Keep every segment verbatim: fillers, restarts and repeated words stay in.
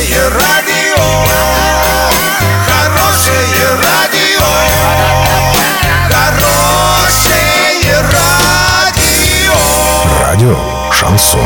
Хорошее радио, хорошее радио, хорошее радио. Радио Шансон.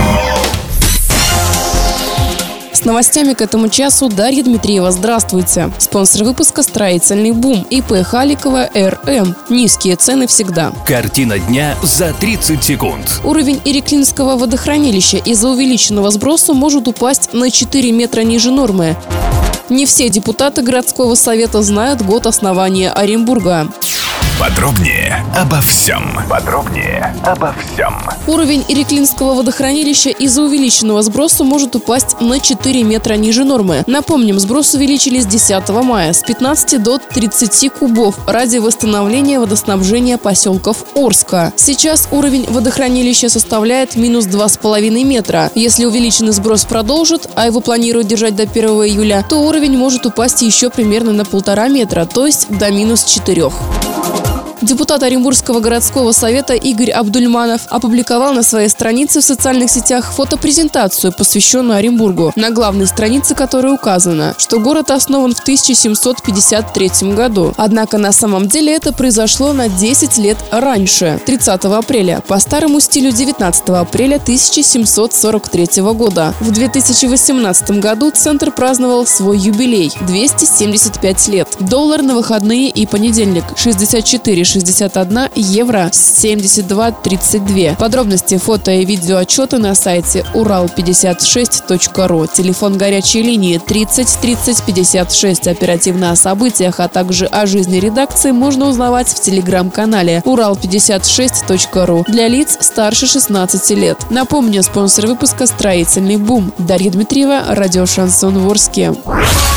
С новостями к этому часу Дарья Дмитриева. Здравствуйте. Спонсор выпуска «Строительный бум». ИП Халикова эр.эм. Низкие цены всегда. Картина дня за тридцать секунд. Уровень Ириклинского водохранилища из-за увеличенного сброса может упасть на четыре метра ниже нормы. Не все депутаты городского совета знают год основания Оренбурга. Подробнее обо всем. Подробнее обо всем. Уровень Ириклинского водохранилища из-за увеличенного сброса может упасть на четыре метра ниже нормы. Напомним, сброс увеличили с десятого мая с пятнадцати до тридцати кубов ради восстановления водоснабжения поселков Орска. Сейчас уровень водохранилища составляет минус два с половиной метра. Если увеличенный сброс продолжит, а его планируют держать до первого июля, то уровень может упасть еще примерно на полтора метра, то есть до минус четырех. Депутат Оренбургского городского совета Игорь Абдульманов опубликовал на своей странице в социальных сетях фотопрезентацию, посвященную Оренбургу, на главной странице которой указано, что город основан в тысяча семьсот пятьдесят третьем году. Однако на самом деле это произошло на десять лет раньше, тридцатого апреля, по старому стилю девятнадцатого апреля тысяча семьсот сорок третьего года. В две тысячи восемнадцатом году центр праздновал свой юбилей – двести семьдесят пять лет. Доллар на выходные и понедельник – шестьдесят четыре шестьдесят один, евро семьдесят два тридцать два. Подробности, фото и видео отчеты на сайте урал пятьдесят шесть точка ру. Телефон горячей линии тридцать тридцать пятьдесят шесть. Оперативно о событиях, а также о жизни редакции можно узнавать в телеграм-канале урал пятьдесят шесть точка ру для лиц старше шестнадцати лет. Напомню, спонсор выпуска «Строительный бум». Дарья Дмитриева, радио Шансон в Орске.